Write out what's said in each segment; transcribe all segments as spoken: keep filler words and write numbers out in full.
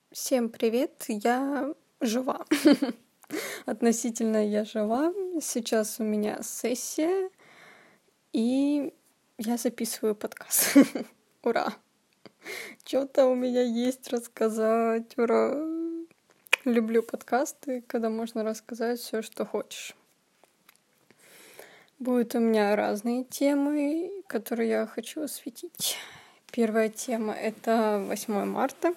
Всем привет, я жива. Относительно я жива. Сейчас у меня сессия, и я записываю подкаст. Ура! Что-то у меня есть рассказать. Ура! Люблю подкасты, когда можно рассказать все, что хочешь. Будут у меня разные темы, которые я хочу осветить. Первая тема — это восьмое марта.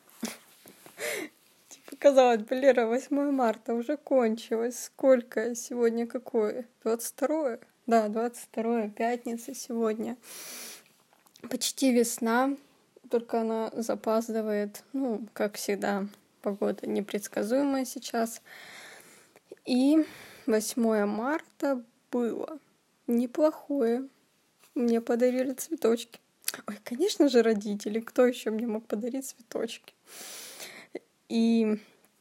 Казалось бы, Лера, восьмое марта уже кончилось. Сколько сегодня? Какое? двадцать второе? Да, двадцать второе, пятница сегодня. Почти весна, только она запаздывает. Ну, как всегда, погода непредсказуемая сейчас. И восьмое марта было неплохое. Мне подарили цветочки. Ой, конечно же, родители. Кто еще мне мог подарить цветочки? И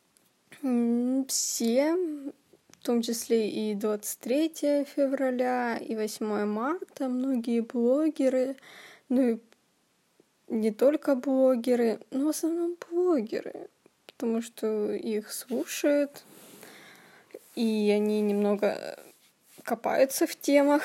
все, в том числе и двадцать третьего февраля, и восьмое марта, многие блогеры, ну и не только блогеры, но в основном блогеры, потому что их слушают, и они немного копаются в темах.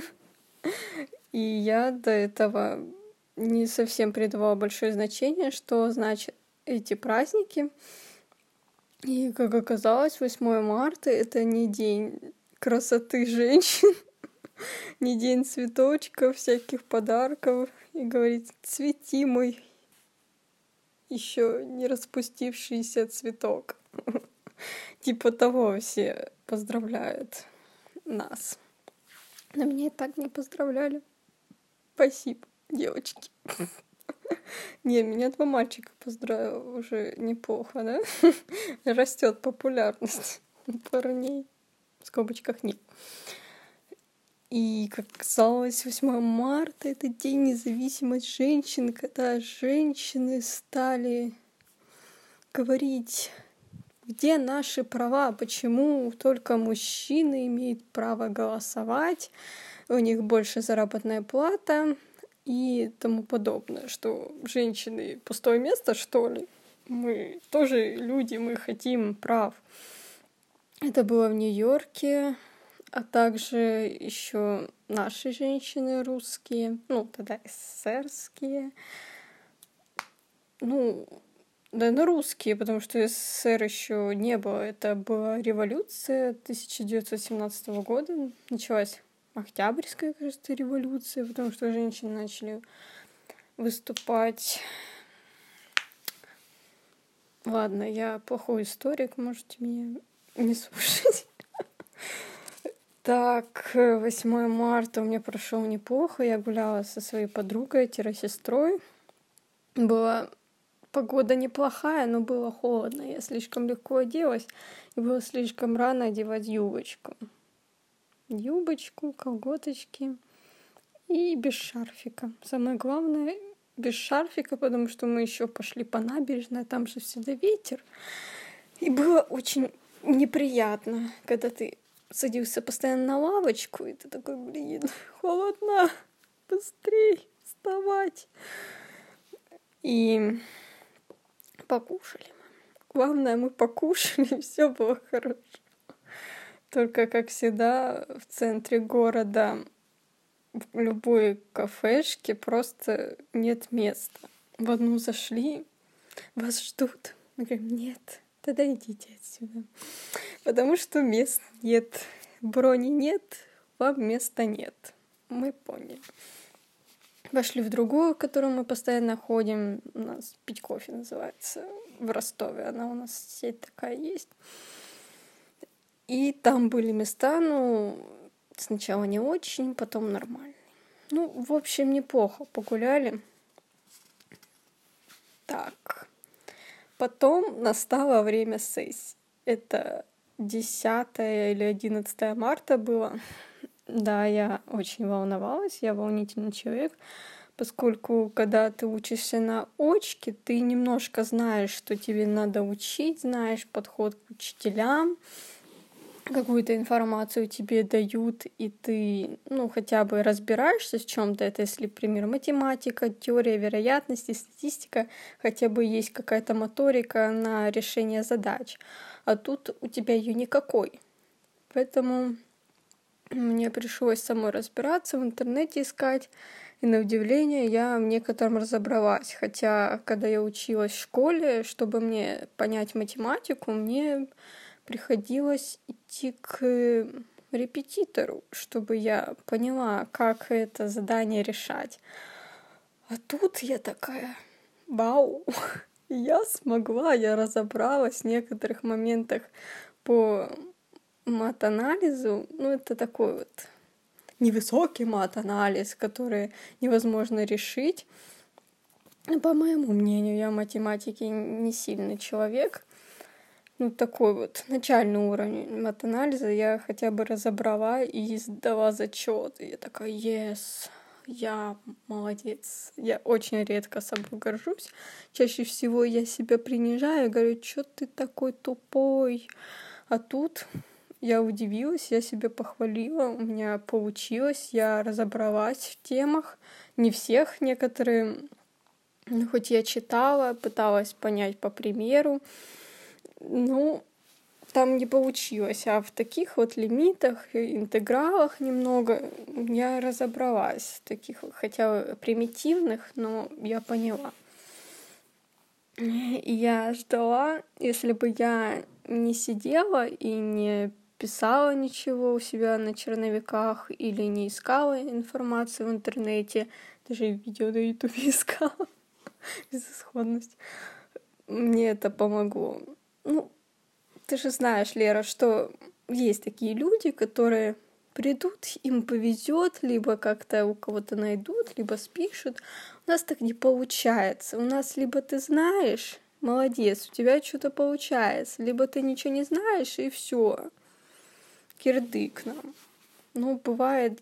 И я до этого не совсем придавала большое значение, что значит эти праздники. И, как оказалось, восьмое марта — это не день красоты женщин, не день цветочков, всяких подарков. И говорит: цвети, мой еще не распустившийся цветок. Типа того все поздравляют нас. Но меня и так не поздравляли. Спасибо, девочки. Не, меня два мальчика поздравил, уже неплохо, да? Растет популярность парней. В скобочках нет. И, как казалось, восьмое марта — это день независимости женщин, когда женщины стали говорить, где наши права, почему только мужчины имеют право голосовать, у них больше заработная плата и тому подобное, что женщины пустое место, что ли? Мы тоже люди, мы хотим прав. Это было в Нью-Йорке, а также еще наши женщины русские, ну, тогда эсэсэрские, ну, да, ну, русские, потому что СССР еще не было. Это была революция тысяча девятьсот семнадцатого года, началась Октябрьская, кажется, революция, потому что женщины начали выступать. Ладно, я плохой историк, можете меня не слушать. Так, восьмое марта у меня прошло неплохо. Я гуляла со своей подругой-сестрой. Была погода неплохая, но было холодно. Я слишком легко оделась, и было слишком рано одевать юбочку. Юбочку, колготочки и без шарфика. Самое главное, без шарфика, потому что мы еще пошли по набережной, там же всегда ветер. И было очень неприятно, когда ты садился постоянно на лавочку, и ты такой: блин, холодно, быстрей вставать. И покушали мы. Главное, мы покушали, все было хорошо. Только, как всегда, в центре города в любой кафешке просто нет места. В одну зашли, вас ждут. Мы говорим: нет, тогда идите отсюда. Потому что мест нет, брони нет, вам места нет. Мы поняли. Вошли в другую, в которую мы постоянно ходим. У нас «Пить кофе» называется, в Ростове. Она у нас сеть такая есть. И там были места, ну, сначала не очень, потом нормально. Ну, в общем, неплохо погуляли. Так. Потом настало время сессии. Это десятое или одиннадцатое марта было. Да, я очень волновалась, я волнительный человек, поскольку, когда ты учишься на очке, ты немножко знаешь, что тебе надо учить, знаешь подход к учителям, какую-то информацию тебе дают, и ты, ну, хотя бы разбираешься в чем-то, это если, например, математика, теория вероятности, статистика, хотя бы есть какая-то моторика на решение задач, а тут у тебя ее никакой. Поэтому мне пришлось самой разбираться, в интернете искать, и на удивление я в некотором разобралась. Хотя, когда я училась в школе, чтобы мне понять математику, мне приходилось идти к репетитору, чтобы я поняла, как это задание решать. А тут я такая, вау, я смогла, я разобралась в некоторых моментах по мат-анализу. Ну, это такой вот невысокий мат-анализ, который невозможно решить. По моему мнению, я в математике не сильный человек. Ну, такой вот начальный уровень мат-анализа я хотя бы разобрала и сдала зачет. И я такая, yes, я молодец. Я очень редко собой горжусь. Чаще всего я себя принижаю, говорю, что ты такой тупой. А тут я удивилась, я себя похвалила, у меня получилось, я разобралась в темах. Не всех, некоторые, ну, хоть я читала, пыталась понять по примеру. Ну, там не получилось, а в таких вот лимитах, интегралах немного я разобралась, таких хотя примитивных, но я поняла. И я ждала, если бы я не сидела и не писала ничего у себя на черновиках или не искала информацию в интернете, даже видео на ютубе искала, безысходность, мне это помогло. Ну, ты же знаешь, Лера, что есть такие люди, которые придут, им повезет, либо как-то у кого-то найдут, либо спишут. У нас так не получается. У нас либо ты знаешь, молодец, у тебя что-то получается, либо ты ничего не знаешь, и все, кирдык нам. Но бывает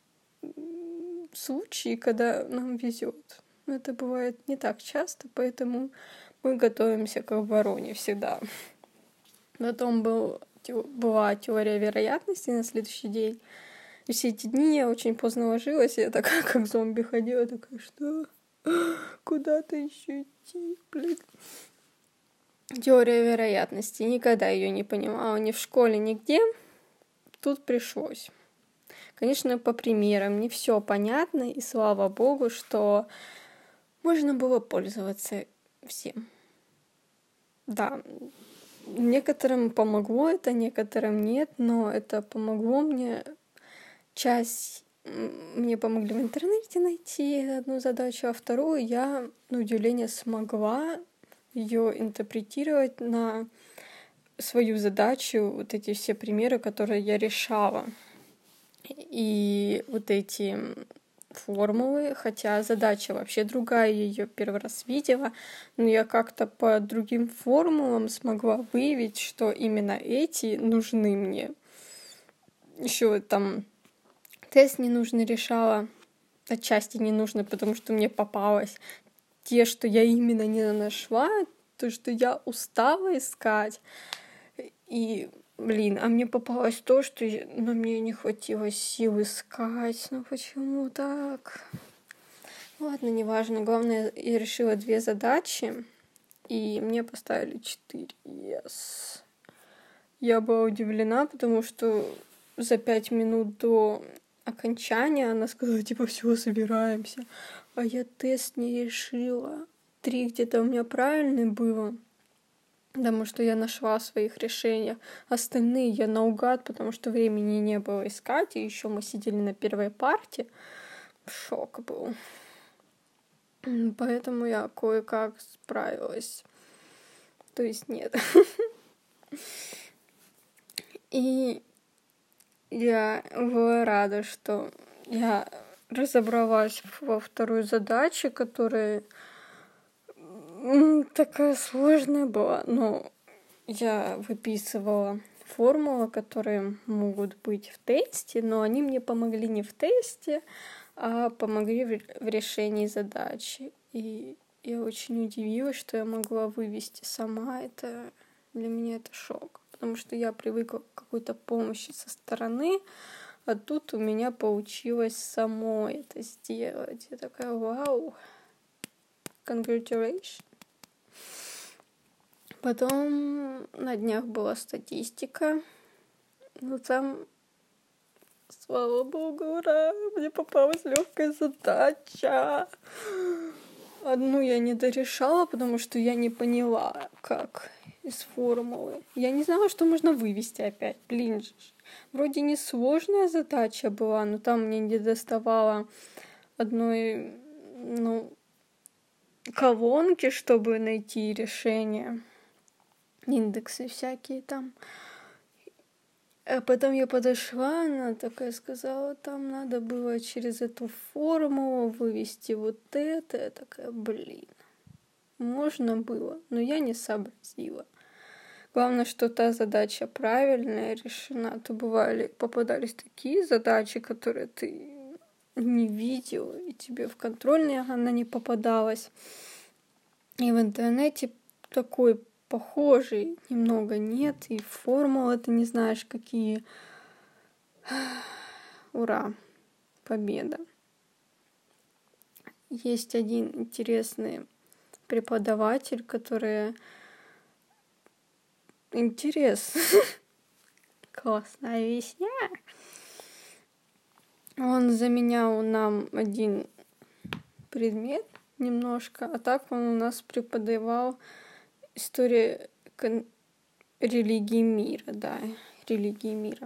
случаи, когда нам везет. Но это бывает не так часто, поэтому мы готовимся к обороне всегда. Потом был, была теория вероятности на следующий день. И все эти дни я очень поздно ложилась, и я такая, как зомби ходила, такая, что? Куда-то еще идти, блин. Теория вероятности. Никогда ее не понимала ни в школе, нигде. Тут пришлось. Конечно, по примерам. Не все понятно, и слава богу, что можно было пользоваться всем. Да, некоторым помогло это, некоторым нет, но это помогло мне. Часть мне помогли в интернете найти одну задачу, а вторую я, на удивление, смогла ее интерпретировать на свою задачу, вот эти все примеры, которые я решала. И вот эти формулы, хотя задача вообще другая, я ее первый раз видела, но я как-то по другим формулам смогла выявить, что именно эти нужны мне. Еще там тест не нужно решала, отчасти не нужно, потому что мне попалось те, что я именно не нашла, то, что я устала искать. И, блин, а мне попалось то, что я, ну, мне не хватило сил искать. Ну почему так? Ладно, неважно. Главное, я решила две задачи, и мне поставили четыре. Yes. Я была удивлена, потому что за пять минут до окончания она сказала, типа, все, собираемся. А я тест не решила. Три где-то у меня правильные было, потому что я нашла в своих решениях. Остальные я наугад, потому что времени не было искать, и еще мы сидели на первой парте. Шок был. Поэтому я кое-как справилась. То есть нет. И я была рада, что я разобралась во второй задаче, которая такая сложная была. Но я выписывала формулы, которые могут быть в тесте, но они мне помогли не в тесте, а помогли в решении задачи. И я очень удивилась, что я могла вывести сама. Это для меня это шок. потому что я привыкла к какой-то помощи со стороны, а тут у меня получилось самой это сделать. Я такая, вау, congratulations. Потом на днях была статистика, но там, слава богу, ура, мне попалась легкая задача. Одну я не дорешала, потому что я не поняла, как из формулы. Я не знала, что можно вывести опять. Блин же. Вроде не сложная задача была, но там мне не доставало одной, ну, колонки, чтобы найти решение. Индексы всякие там. А потом я подошла, она такая сказала, там надо было через эту формулу вывести вот это. Я такая, блин, можно было, но я не сообразила. Главное, что та задача правильная решена. То бывали, попадались такие задачи, которые ты не видел, и тебе в контрольные она не попадалась. И в интернете такой похожий немного нет, и формулы ты не знаешь, какие. Ура, победа. Есть один интересный преподаватель, который... Интерес. Классно объясняет. Он заменял нам один предмет немножко, а так он у нас преподавал историю кон... религии мира, да, религии мира.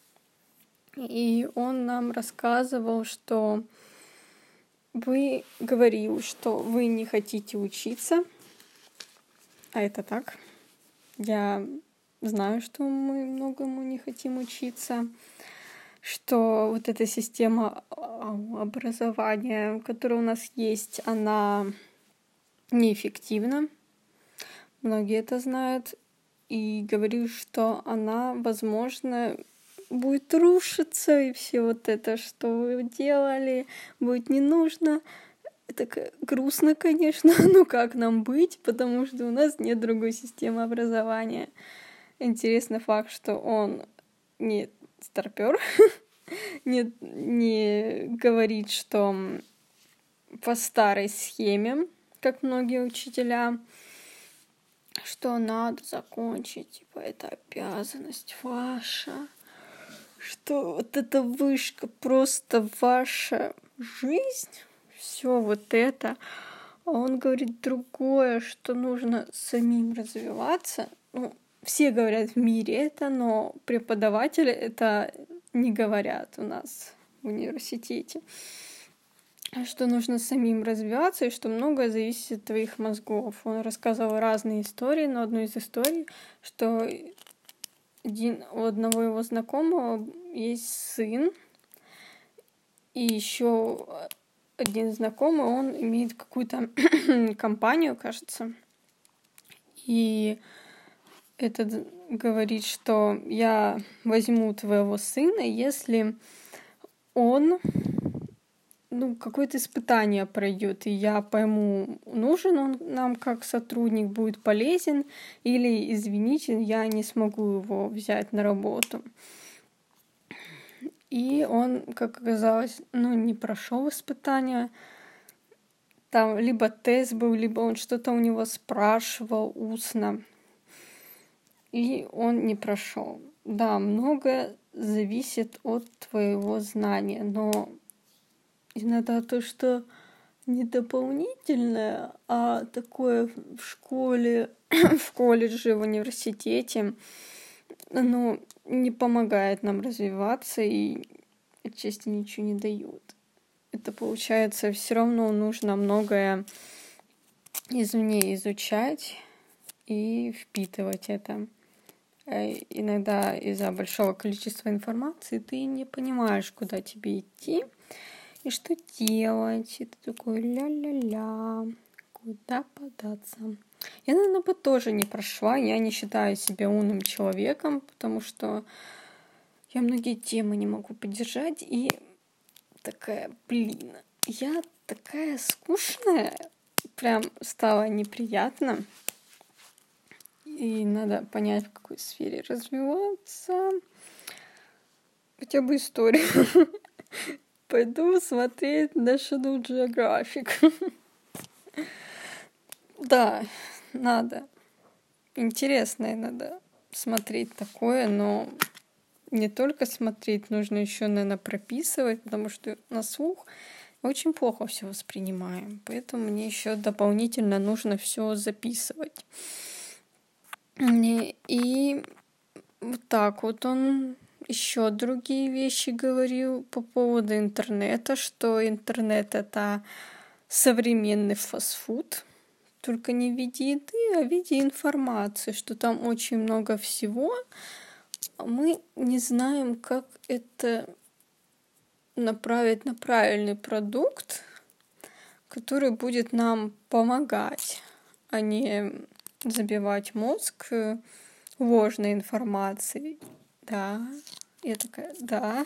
И он нам рассказывал, что вы говорил, что вы не хотите учиться, а это так. Я знаю, что мы многому не хотим учиться, что вот эта система образования, которая у нас есть, она неэффективна. Многие это знают. И говорю, что она, возможно, будет рушиться, и все вот это, что вы делали, будет не нужно. Это грустно, конечно, но как нам быть, потому что у нас нет другой системы образования. Интересный факт, что он не старпёр, не, не говорит, что по старой схеме, как многие учителя, что надо закончить, типа, это обязанность ваша, что вот эта вышка просто ваша жизнь, все вот это. А он говорит другое, что нужно самим развиваться. Ну, все говорят в мире это, но преподаватели это не говорят у нас в университете. Что нужно самим развиваться и что многое зависит от твоих мозгов. Он рассказывал разные истории, но одну из историй, что один, у одного его знакомого есть сын, и еще один знакомый, он имеет какую-то компанию, кажется, и этот говорит, что я возьму твоего сына, если он, ну, какое-то испытание пройдет, и я пойму, нужен он нам как сотрудник, будет полезен, или, извините, я не смогу его взять на работу. И он, как оказалось, ну, не прошел испытания. Там либо тест был, либо он что-то у него спрашивал устно. И он не прошел. Да, многое зависит от твоего знания, но иногда то, что не дополнительное, а такое в школе, в колледже, в университете, оно не помогает нам развиваться и отчасти ничего не дает. Это получается, все равно нужно многое извне изучать и впитывать это. Иногда из-за большого количества информации ты не понимаешь, куда тебе идти и что делать. И ты такой ля-ля-ля, куда податься. Я, наверное, бы тоже не прошла. Я не считаю себя умным человеком, потому что я многие темы не могу поддержать. И такая, блин, я такая скучная. Прям стало неприятно. и надо понять, в какой сфере развиваться. Хотя бы историю. Пойду смотреть National Geographic. Да, надо. Интересно надо смотреть такое, но не только смотреть, нужно еще, наверное, прописывать, потому что на слух очень плохо все воспринимаем. Поэтому мне еще дополнительно нужно все записывать. И вот так вот он еще другие вещи говорил по поводу интернета, что интернет — это современный фастфуд, только не в виде еды, а в виде информации, что там очень много всего. Мы не знаем, как это направить на правильный продукт, который будет нам помогать, а не забивать мозг ложной информацией. Да, я такая, да.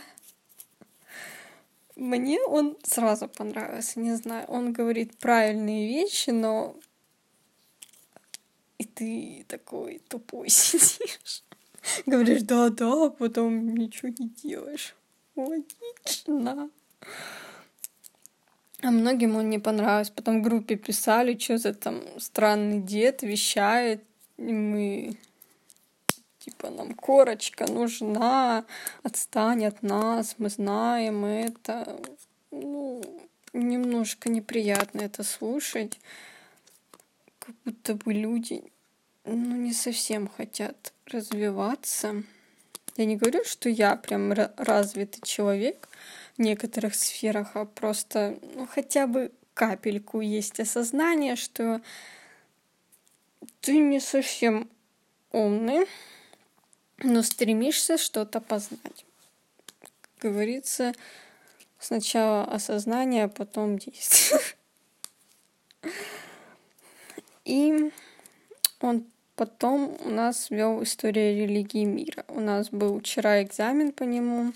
Мне он сразу понравился, не знаю, он говорит правильные вещи, но и ты такой тупой сидишь. Говоришь, да-да, а потом ничего не делаешь. Логично. А многим он не понравился. Потом в группе писали, что за там странный дед вещает. И мы... Типа, нам корочка нужна, отстань от нас, мы знаем это. Ну, немножко неприятно это слушать. Как будто бы люди, ну, не совсем хотят развиваться. Я не говорю, что я прям развитый человек в некоторых сферах, а просто, ну, хотя бы капельку есть осознание, что ты не совсем умный, но стремишься что-то познать. Как говорится, сначала осознание, а потом действие. И он потом у нас вел историю религии мира. У нас был вчера экзамен по нему.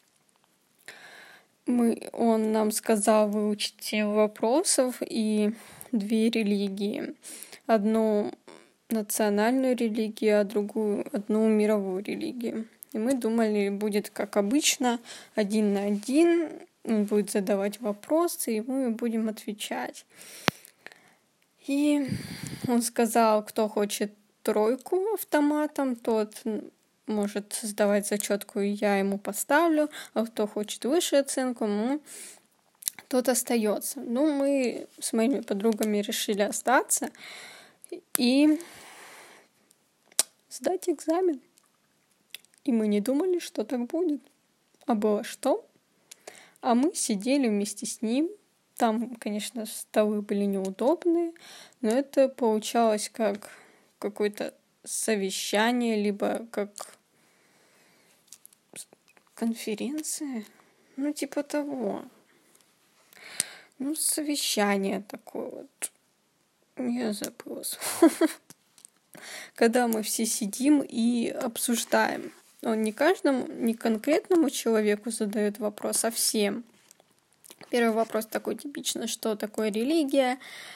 Мы, он нам сказал выучить семь вопросов и две религии. Одну национальную религию, а другую одну мировую религию. И мы думали, будет как обычно, один на один, он будет задавать вопросы, и мы будем отвечать. И он сказал, кто хочет тройку автоматом, тот может сдавать зачетку, и я ему поставлю, а кто хочет высшую оценку, ну, тот остается. Ну, мы с моими подругами решили остаться и сдать экзамен. И мы не думали, что так будет. А было что? А мы сидели вместе с ним. Там, конечно, столы были неудобные, но это получалось как какое-то совещание, либо как конференция. Ну, типа того. Ну, совещание такое вот. Я забыла слово. Когда мы все сидим и обсуждаем. Он не каждому, не конкретному человеку задает вопрос, а всем. Первый вопрос такой типичный, что такое религия.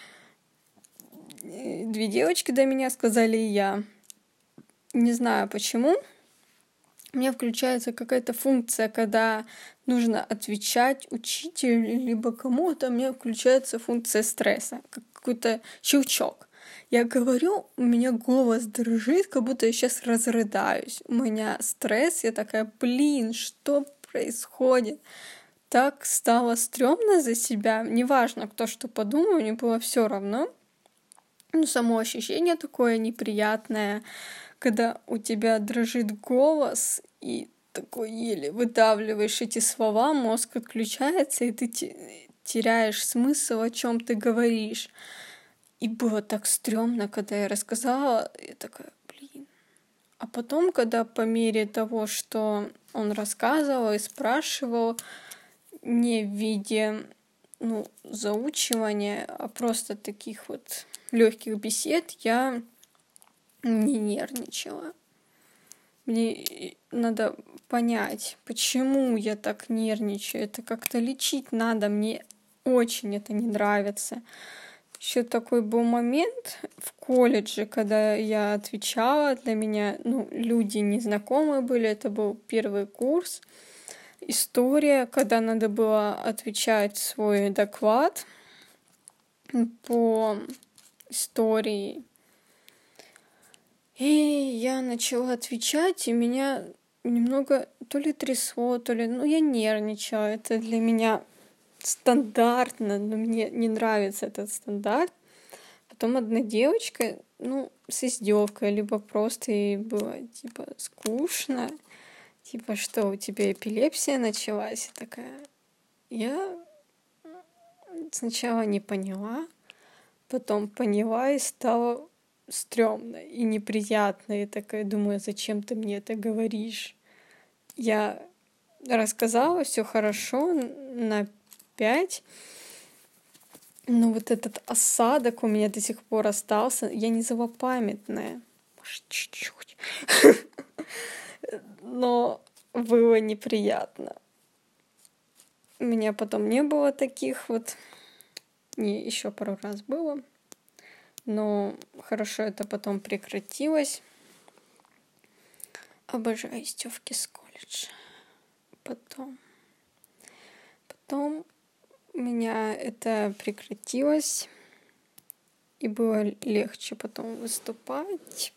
Две девочки до меня сказали, и я. Не знаю почему. У меня включается какая-то функция, когда нужно отвечать учителю либо кому-то, у меня включается функция стресса, как какой-то щелчок. Я говорю, у меня голос дрожит, как будто я сейчас разрыдаюсь. У меня стресс, я такая, блин, что происходит? Так стало стрёмно за себя. Неважно, кто что подумал, мне было все равно. Ну, само ощущение такое неприятное, когда у тебя дрожит голос, и такой еле выдавливаешь эти слова, мозг отключается, и ты теряешь смысл, о чем ты говоришь. И было так стрёмно, когда я рассказала, я такая, блин. А потом, когда по мере того, что он рассказывал и спрашивал, не в виде ну, заучивания, а просто таких вот легких бесед, я не нервничала. Мне надо понять, почему я так нервничаю. Это как-то лечить надо. Мне очень это не нравится. Еще такой был момент в колледже, когда я отвечала, для меня, ну, люди незнакомые были, это был первый курс. История, когда надо было отвечать свой доклад по истории. И я начала отвечать, и меня немного то ли трясло, то ли... Ну, я нервничала. Это для меня стандартно, но мне не нравится этот стандарт. Потом одна девочка, ну, с издевкой, либо просто ей было, типа, скучно. Типа, что, у тебя эпилепсия началась? И такая... Я сначала не поняла, потом поняла и стало стрёмно и неприятно. И такая думаю, зачем ты мне это говоришь? Я рассказала, все хорошо, на пять. Но вот этот осадок у меня до сих пор остался. Я не злопамятная. Может, чуть-чуть. Но было неприятно. У меня потом не было таких вот. Не, еще пару раз было. Но хорошо это потом прекратилось. Обожаю издевки с колледжа. Потом. Потом у меня это прекратилось. И было легче потом выступать.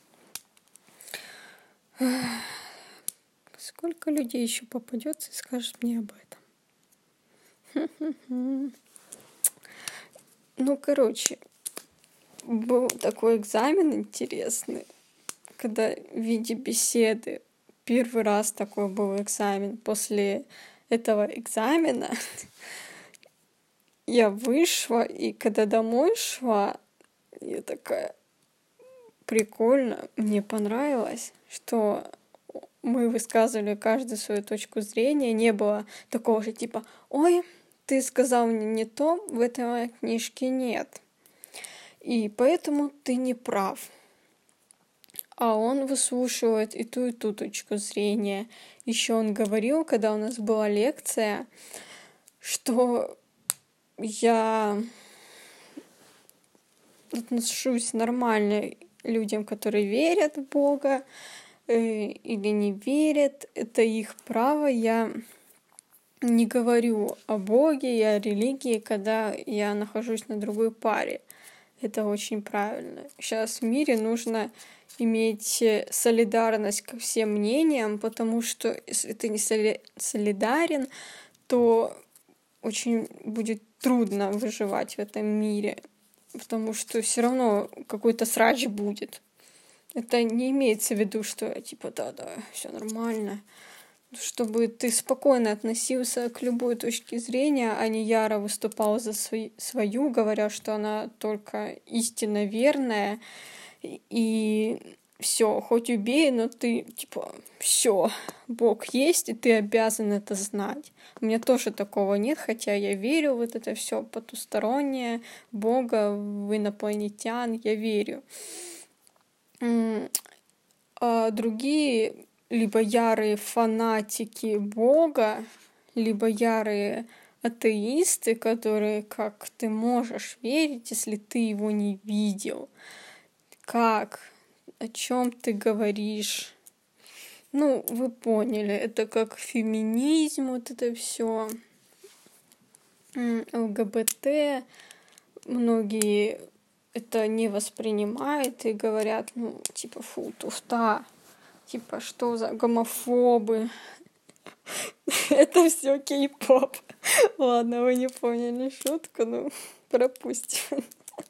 Сколько людей еще попадется и скажет мне об этом? Ну, короче, был такой экзамен интересный, когда в виде беседы первый раз такой был экзамен. После этого экзамена я вышла, и когда домой шла, я такая, прикольно, мне понравилось, что мы высказывали каждую свою точку зрения, не было такого же типа, ой, ты сказал мне не то, в этой книжке нет. И поэтому ты не прав. А он выслушивает и ту, и ту точку зрения. Еще он говорил, когда у нас была лекция, что я отношусь нормально людям, которые верят в Бога э, или не верят. Это их право. Я не говорю о Боге и о религии, когда я нахожусь на другой паре. Это очень правильно. Сейчас в мире нужно иметь солидарность ко всем мнениям, потому что если ты не соли- солидарен, то очень будет трудно выживать в этом мире, потому что все равно какой-то срач будет. Это не имеется в виду, что типа да-да, все нормально. Чтобы ты спокойно относился к любой точке зрения, а не яро выступал за свой, свою, говоря, что она только истинно верная, и все, хоть убей, но ты, типа, все, Бог есть, и ты обязан это знать. У меня тоже такого нет, хотя я верю в вот это все потустороннее, Бога, в инопланетян, я верю. А другие либо ярые фанатики Бога, либо ярые атеисты, которые, как ты можешь верить, если ты его не видел? Как? О чем ты говоришь? Ну, вы поняли, это как феминизм, вот это все, ЛГБТ, многие это не воспринимают и говорят, ну, типа, фу, туфта. Типа, что за гомофобы? Это все кей-поп. Ладно, вы не поняли шутку, ну, пропустим.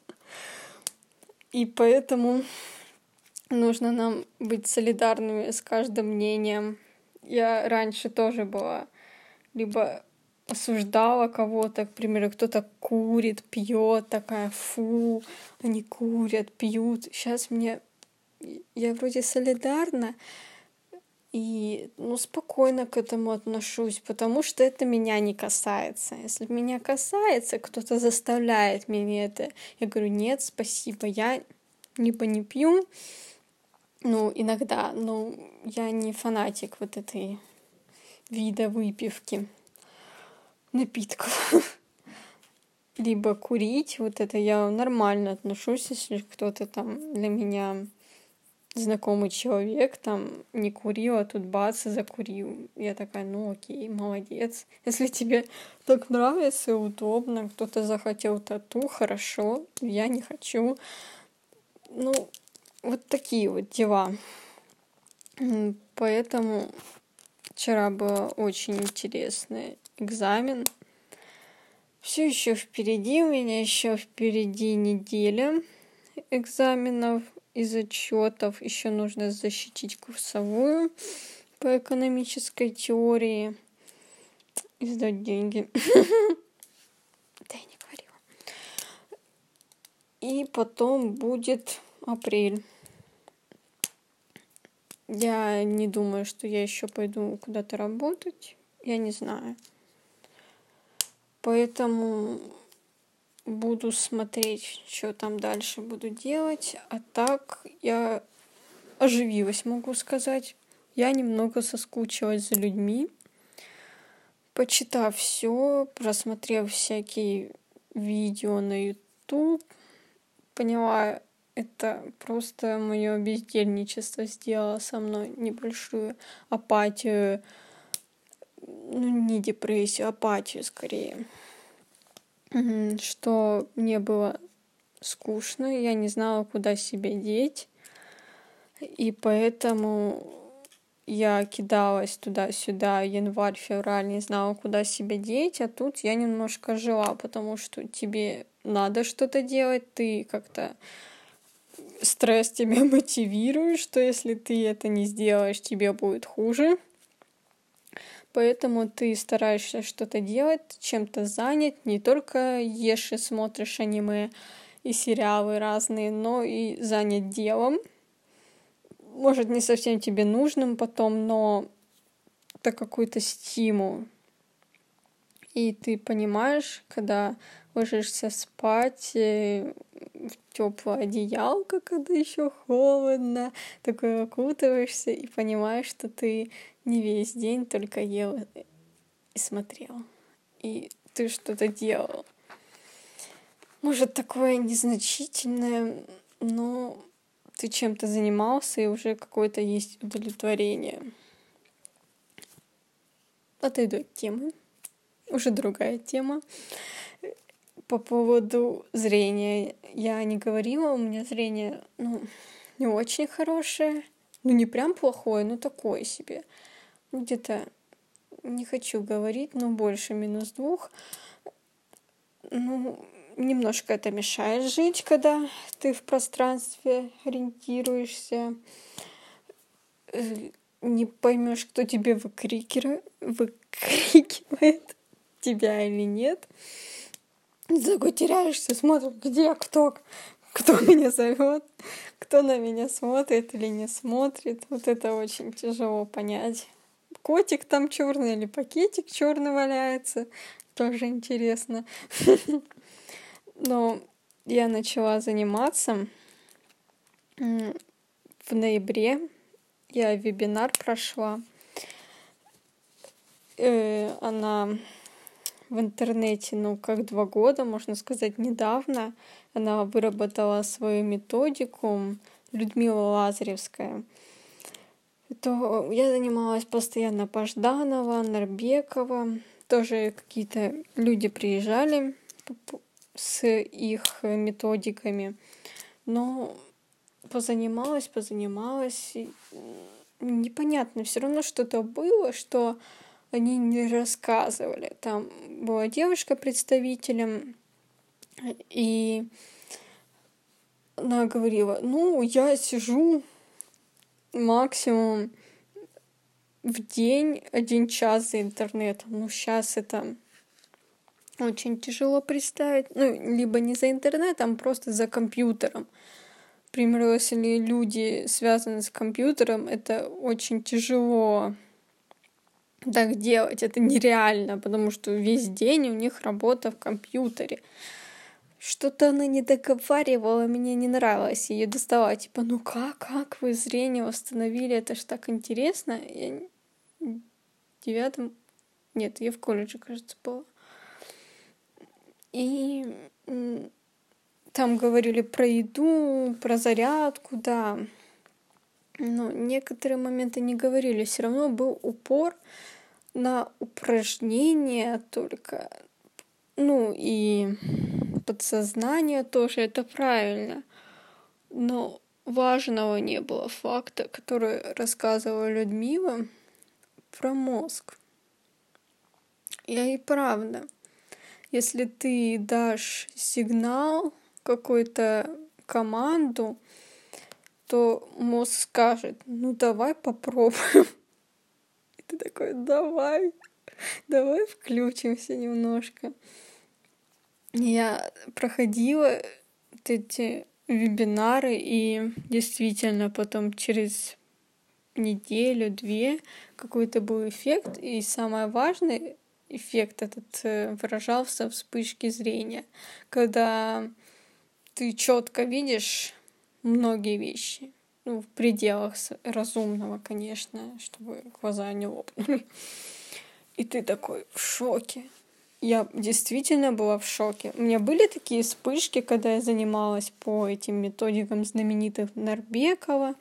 И поэтому нужно нам быть солидарными с каждым мнением. Я раньше тоже была либо осуждала кого-то, к примеру, кто-то курит, пьет, такая, фу, они курят, пьют. Сейчас мне я вроде солидарна и, ну, спокойно к этому отношусь, потому что это меня не касается. Если меня касается, кто-то заставляет меня это, я говорю, нет, спасибо, я либо не пью, ну, иногда, но я не фанатик вот этой вида выпивки, напитков. либо курить. Вот это я нормально отношусь, если кто-то там для меня знакомый человек там не курил, а тут бац, закурил. Я такая, ну окей, молодец. Если тебе так нравится и удобно, кто-то захотел тату, хорошо, я не хочу. Ну, вот такие вот дела. Поэтому вчера был очень интересный экзамен. Все еще впереди, у меня еще впереди неделя экзаменов и зачетов. Еще нужно защитить курсовую по экономической теории и сдать деньги. Да, я не говорила. И потом будет апрель. Я не думаю, что я еще пойду куда-то работать. Я не знаю. Поэтому буду смотреть, что там дальше буду делать. А так я оживилась, могу сказать. Я немного соскучилась за людьми. Почитав все, просмотрев всякие видео на YouTube, поняла, это просто мое бездельничество сделало со мной небольшую апатию, ну не депрессию, апатию скорее, что мне было скучно, я не знала, куда себя деть, и поэтому я кидалась туда-сюда, январь, февраль, не знала, куда себя деть, а тут я немножко жила, потому что тебе надо что-то делать, ты как-то стресс тебя мотивирует, что если ты это не сделаешь, тебе будет хуже. Поэтому ты стараешься что-то делать, чем-то занять, не только ешь и смотришь аниме и сериалы разные, но и занять делом. Может, не совсем тебе нужным потом, но это какой-то стимул. И ты понимаешь, когда ложишься спать в теплое одеялко, когда еще холодно, такой окутываешься и понимаешь, что ты не весь день только ел и смотрел. И ты что-то делал. Может, такое незначительное, но ты чем-то занимался, и уже какое-то есть удовлетворение. Отойду от темы. Уже другая тема. По поводу зрения. Я не говорила, у меня зрение, ну, не очень хорошее. Ну, не прям плохое, но такое себе. Где-то, не хочу говорить, но больше минус двух. Ну, немножко это мешает жить, когда ты в пространстве ориентируешься. Не поймешь, кто тебе выкрикивает, выкрикивает тебя или нет. Такой теряешься, смотришь, где кто, кто меня зовет, кто на меня смотрит или не смотрит. Вот это очень тяжело понять. Котик там черный или пакетик черный валяется. Тоже интересно. Но я начала заниматься в ноябре. Я вебинар прошла. Она в интернете, ну, как два года, можно сказать, недавно. Она выработала свою методику, Людмила Лазаревская. То я занималась постоянно по Жданова, Нарбекова. Тоже какие-то люди приезжали с их методиками. Но позанималась, позанималась. Непонятно, все равно что-то было, что они не рассказывали. Там была девушка представителем, и она говорила, ну, я сижу максимум в день один час за интернетом. Ну, сейчас это очень тяжело представить. Ну, либо не за интернетом, просто за компьютером. К примеру, если люди связаны с компьютером, это очень тяжело так делать. Это нереально, потому что весь день у них работа в компьютере. Что-то она не договаривала, мне не нравилось ее доставать. Типа, ну как, как вы зрение восстановили? Это ж так интересно. Я в девятом... Нет, я в колледже, кажется, была. И там говорили про еду, про зарядку, да. Но некоторые моменты не говорили. Все равно был упор на упражнения только. Ну и подсознание тоже, это правильно. Но важного не было факта, который рассказывала Людмила про мозг. И правда, если ты дашь сигнал, какую-то команду, то мозг скажет: ну давай попробуем. И ты такой: давай, давай включимся немножко. Я проходила вот эти вебинары, и действительно потом через неделю-две какой-то был эффект, и самое важное, эффект этот выражался в вспышке зрения, когда ты четко видишь многие вещи, ну, в пределах разумного, конечно, чтобы глаза не лопнули. И ты такой в шоке. Я действительно была в шоке. У меня были такие вспышки, когда я занималась по этим методикам знаменитых Нарбекова.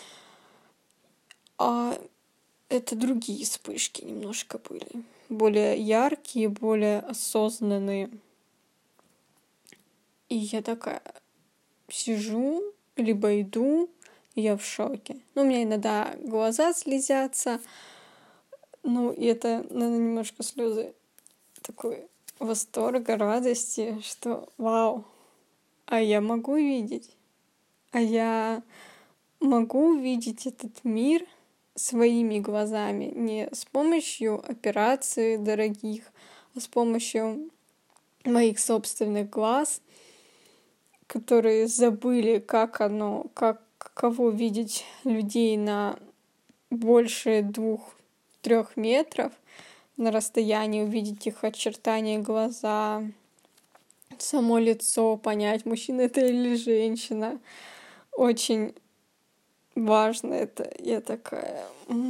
А это другие вспышки немножко были. Более яркие, более осознанные. И я такая сижу, либо иду, и я в шоке. Ну, у меня иногда глаза слезятся. Ну, и это, наверное, немножко слезы такой восторга, радости, что вау, а я могу видеть, а я могу видеть этот мир своими глазами, не с помощью операций дорогих, а с помощью моих собственных глаз, которые забыли, как оно, как кого видеть людей на больше двух-трех метров, на расстоянии увидеть их очертания, глаза, само лицо, понять, мужчина это или женщина. Очень важно это. Я такая: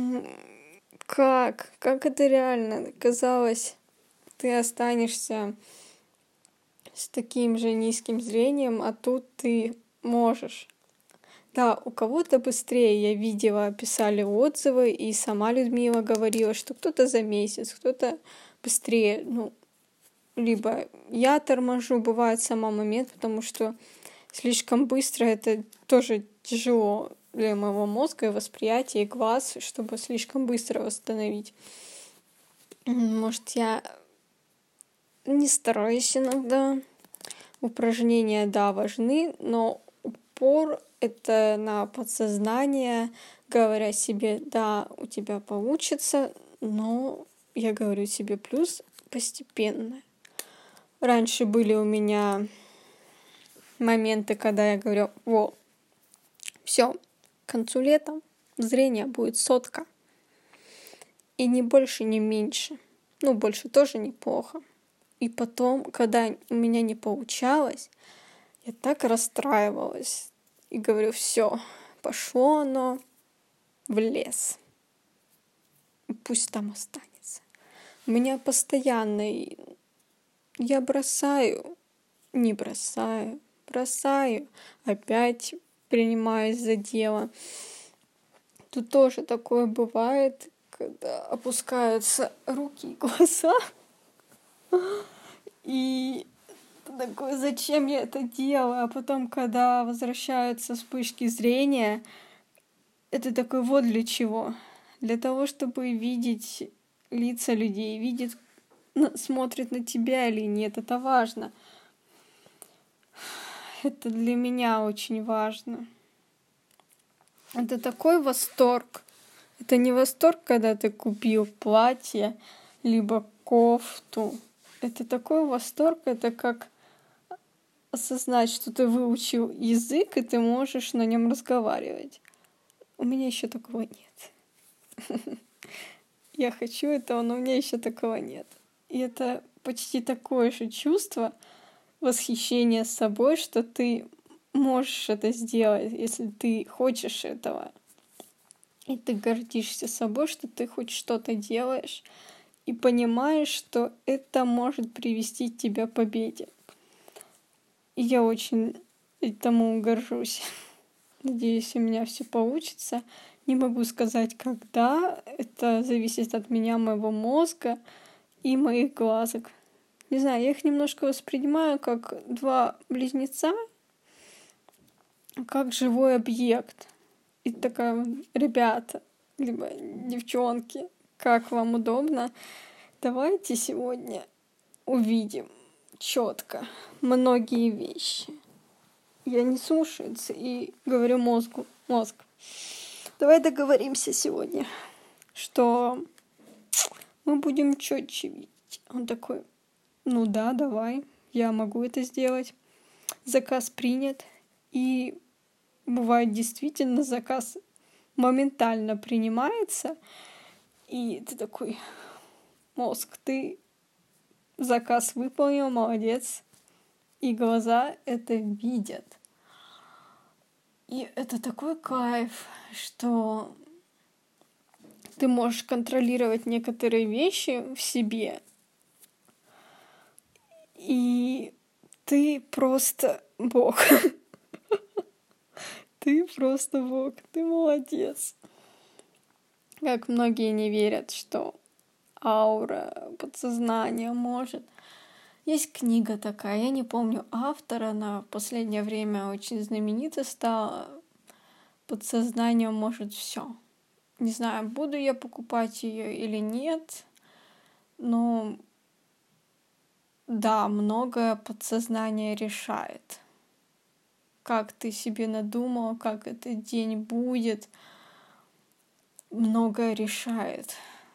как? Как это реально? Казалось, ты останешься с таким же низким зрением, а тут ты можешь. Да, у кого-то быстрее, я видела, писали отзывы, и сама Людмила говорила, что кто-то за месяц, кто-то быстрее. Ну, либо я торможу, бывает сама момент, потому что слишком быстро это тоже тяжело для моего мозга и восприятия, и глаз, чтобы слишком быстро восстановить. Может, я не стараюсь иногда. Упражнения, да, важны, но упор это на подсознание, говоря себе: да, у тебя получится, но я говорю себе плюс постепенно. Раньше были у меня моменты, когда я говорю: во, все, к концу лета зрение будет сотка. И ни больше, ни меньше. Ну, больше тоже неплохо. И потом, когда у меня не получалось, я так расстраивалась. И говорю: все, пошло оно в лес. Пусть там останется. У меня постоянно... Я бросаю, не бросаю, бросаю, опять принимаюсь за дело. Тут тоже такое бывает, когда опускаются руки и глаза. И такое: зачем я это делаю? А потом, когда возвращаются вспышки зрения, это такой: вот для чего. Для того, чтобы видеть лица людей, видеть, смотрит на тебя или нет. Это важно. Это для меня очень важно. Это такой восторг. Это не восторг, когда ты купил платье, либо кофту. Это такой восторг, это как осознать, что ты выучил язык, и ты можешь на нем разговаривать. У меня еще такого нет. Я хочу этого, но у меня еще такого нет. И это почти такое же чувство восхищения собой, что ты можешь это сделать, если ты хочешь этого. И ты гордишься собой, что ты хоть что-то делаешь, и понимаешь, что это может привести тебя к победе. И я очень этому горжусь. Надеюсь, у меня все получится. Не могу сказать, когда. Это зависит от меня, моего мозга и моих глазок. Не знаю, я их немножко воспринимаю как два близнеца, как живой объект. И такая, ребята, либо девчонки, как вам удобно, давайте сегодня увидим четко многие вещи. Я не слушаюсь и говорю мозгу, мозг, давай договоримся сегодня, что мы будем четче видеть. Он такой, ну да, давай, я могу это сделать. Заказ принят. И бывает действительно заказ моментально принимается. И ты такой, мозг, ты заказ выполнил, молодец. И глаза это видят. И это такой кайф, что ты можешь контролировать некоторые вещи в себе. И ты просто бог. Ты просто бог. Ты молодец. Как многие не верят, что аура, подсознание может. Есть книга такая, я не помню автора, она в последнее время очень знаменита стала. Подсознание может все. Не знаю, буду я покупать ее или нет, но да, многое подсознание решает. Как ты себе надумал, как этот день будет, многое решает.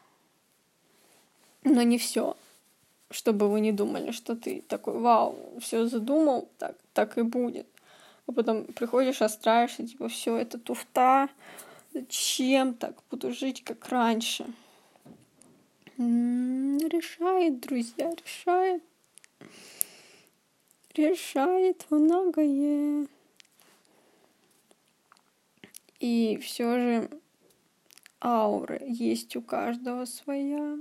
Но не все. Чтобы вы не думали, что ты такой, вау, все задумал, так, так и будет. А потом приходишь, остраешься, типа, все это туфта, зачем так, буду жить как раньше. М-м, решает, друзья, решает. Решает многое. И все же аура есть у каждого своя.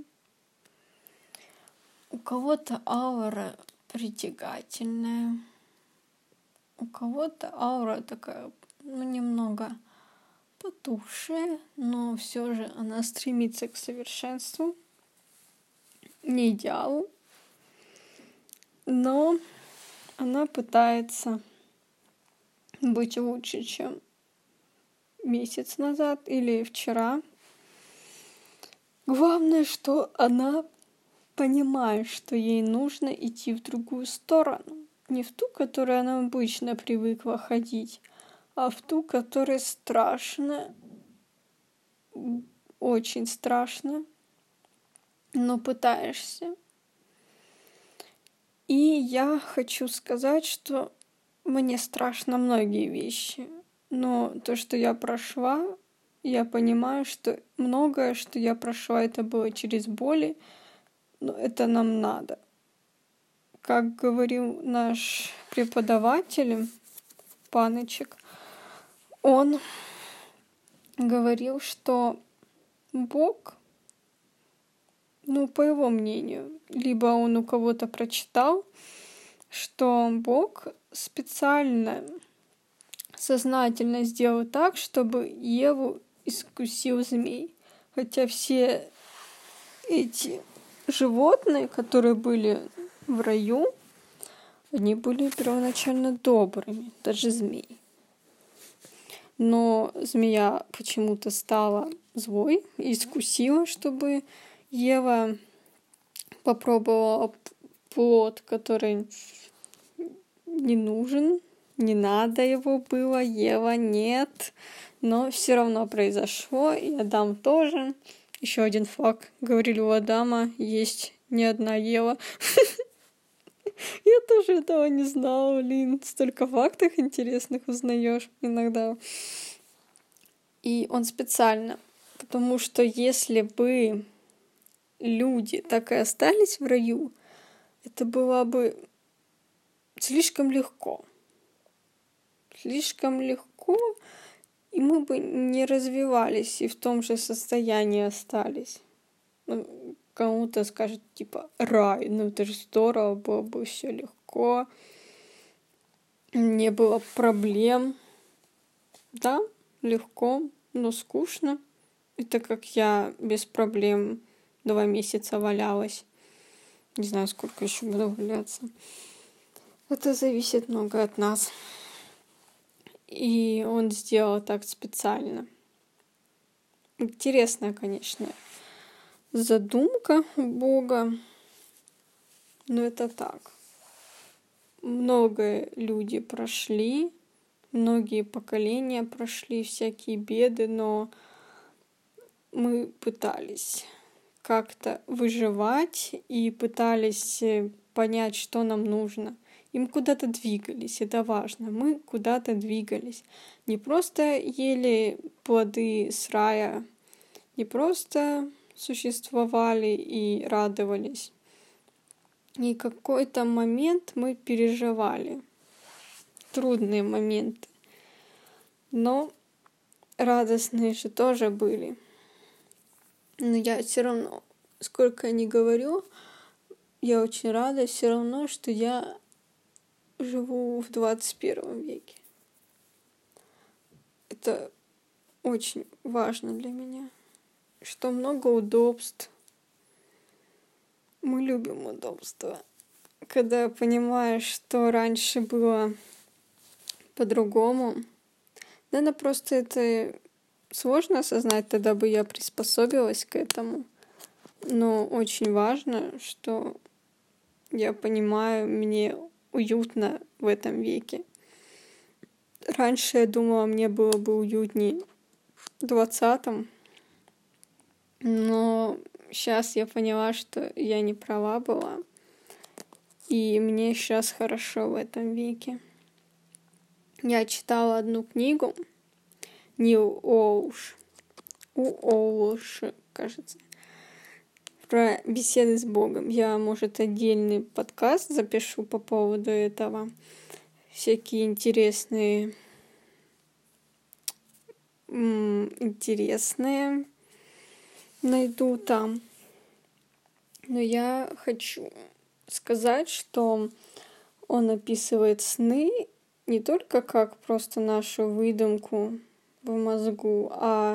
У кого-то аура притягательная, у кого-то аура такая, ну, немного потухшая, но все же она стремится к совершенству, не идеалу, но она пытается быть лучше, чем месяц назад или вчера. Главное, что она понимает, что ей нужно идти в другую сторону. Не в ту, которую она обычно привыкла ходить, а в ту, которая страшно, очень страшно, но пытаешься. И я хочу сказать, что мне страшно многие вещи, но то, что я прошла, я понимаю, что многое, что я прошла, это было через боли, но это нам надо. Как говорил наш преподаватель, Панычек, он говорил, что Бог, ну, по его мнению, либо он у кого-то прочитал, что Бог специально, сознательно сделал так, чтобы Еву искусил змей. Хотя все эти животные, которые были в раю, они были первоначально добрыми, даже змеи. Но змея почему-то стала злой и искусила, чтобы Ева попробовала плод, который не нужен, не надо его было, Ева нет. Но все равно произошло, и Адам тоже. Еще один факт. Говорили, у Адама есть не одна Ева. Я тоже этого не знала, блин. Столько фактов интересных узнаешь иногда. И он специально. Потому что если бы люди так и остались в раю, это было бы слишком легко. Слишком легко, и мы бы не развивались и в том же состоянии остались. Ну, кому-то скажет, типа, рай, ну это же здорово, было бы все легко. не было проблем. Да, легко, но скучно. И так как я без проблем два месяца валялась, не знаю, сколько еще буду валяться, это зависит много от нас. И он сделал так специально. Интересная, конечно, задумка у Бога, но это так. Много люди прошли, многие поколения прошли, всякие беды, но мы пытались как-то выживать и пытались понять, что нам нужно. И мы куда-то двигались, это важно. Мы куда-то двигались. Не просто ели плоды с рая, не просто существовали и радовались. И какой-то момент мы переживали. Трудные моменты. Но радостные же тоже были. Но я все равно, сколько я не говорю, я очень рада все равно, что я живу в двадцать первом веке. Это очень важно для меня. Что много удобств. Мы любим удобства. Когда понимаешь, что раньше было по-другому, наверное, просто это сложно осознать, тогда бы я приспособилась к этому. Но очень важно, что я понимаю, мне уютно в этом веке. Раньше я думала, мне было бы уютнее в двадцатом, но сейчас я поняла, что я не права была, и мне сейчас хорошо в этом веке. Я читала одну книгу Нил Уолш, Уолш, кажется, про беседы с Богом. Я, может, отдельный подкаст запишу по поводу этого. Всякие интересные, интересные найду там. Но я хочу сказать, что он описывает сны не только как просто нашу выдумку в мозгу, а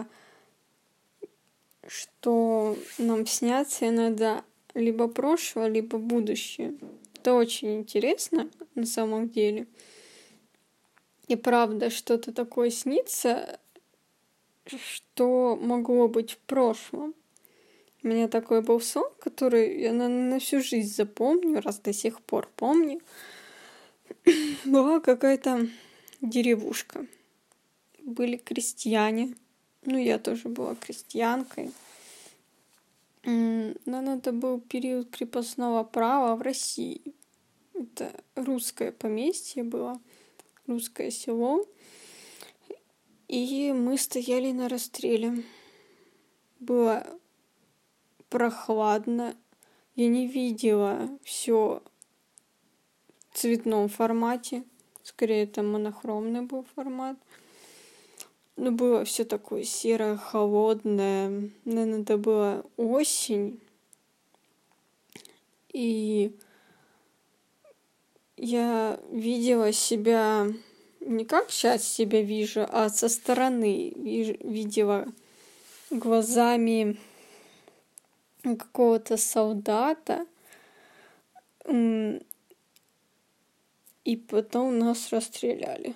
что нам снятся иногда либо прошлое, либо будущее. Это очень интересно на самом деле. И правда, что-то такое снится, что могло быть в прошлом. У меня такой был сон, который я на, на всю жизнь запомню, раз до сих пор помню. Была какая-то деревушка. Были крестьяне. Ну, я тоже была крестьянкой. Но это был период крепостного права в России. Это русское поместье было, русское село. И мы стояли на расстреле. Было прохладно. Я не видела все в цветном формате. Скорее, это монохромный был формат. Но было все такое серое, холодное. Наверное, это была осень. И я видела себя не как сейчас себя вижу, а со стороны видела глазами какого-то солдата. И потом нас расстреляли.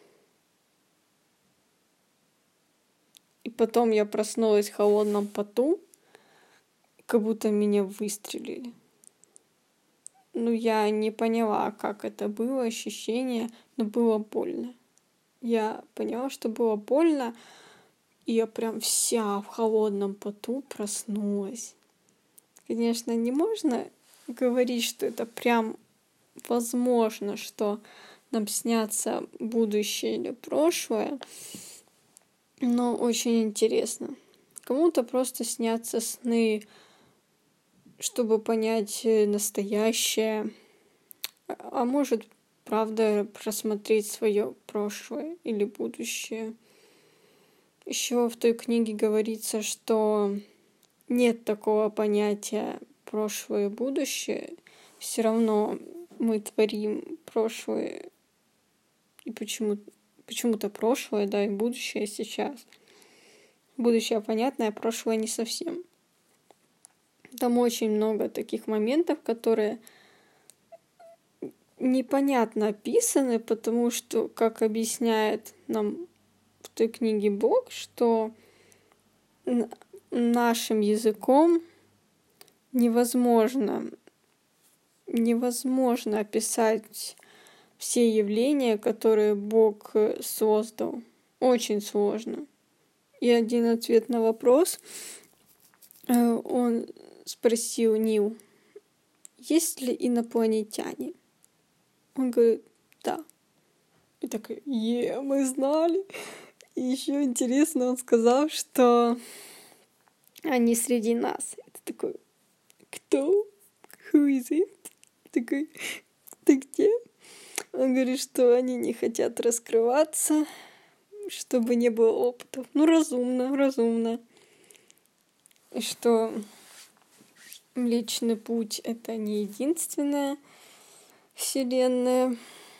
И потом я проснулась в холодном поту, как будто меня выстрелили. Ну, я не поняла, как это было, ощущение, но было больно. Я поняла, что было больно, и я прям вся в холодном поту проснулась. Конечно, не можно говорить, что это прям возможно, что нам снятся будущее или прошлое, но очень интересно. Кому-то просто снятся сны, чтобы понять настоящее, а может, правда, просмотреть свое прошлое или будущее. Еще в той книге говорится, что нет такого понятия прошлое и будущее. Все равно мы творим прошлое и почему, почему-то прошлое, да, и будущее сейчас. Будущее понятное, а прошлое не совсем. Там очень много таких моментов, которые непонятно описаны, потому что, как объясняет нам в той книге Бог, что нашим языком невозможно, невозможно описать все явления, которые Бог создал. Очень сложно. И один ответ на вопрос, он спросил Нил, есть ли инопланетяне? Он говорит, да. И такой, е, мы знали. И еще интересно, он сказал, что они среди нас. Это такой, кто? Who is it? Такой, ты где? Он говорит, что они не хотят раскрываться, чтобы не было опытов. Ну, разумно, разумно. И что Млечный Путь — это не единственная вселенная,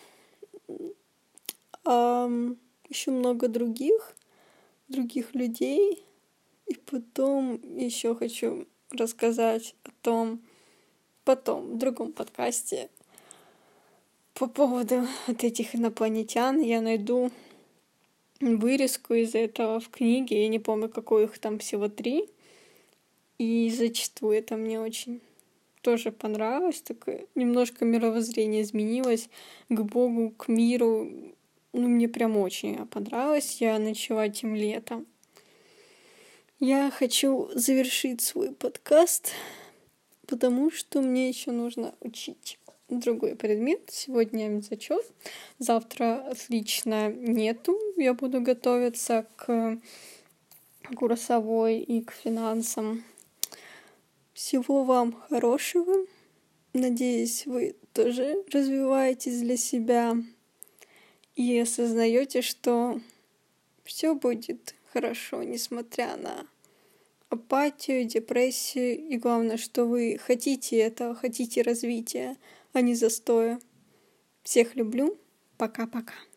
а еще много других, других людей. И потом еще хочу рассказать о том, потом, в другом подкасте, по поводу вот этих инопланетян. Я найду вырезку из этого в книге, я не помню, какой их там всего три, и зачту. Это мне очень тоже понравилось, такое немножко мировоззрение изменилось к Богу, к миру. Ну, мне прям очень понравилось. Я начала этим летом. Я хочу завершить свой подкаст, потому что мне еще нужно учить другой предмет. Сегодня зачет, завтра отлично нету. Я буду готовиться к курсовой и к финансам. Всего вам хорошего. Надеюсь, вы тоже развиваетесь для себя и осознаете, что все будет хорошо, несмотря на апатию, депрессию. И главное, что вы хотите этого, хотите развития, а не застоя. Всех люблю. Пока-пока.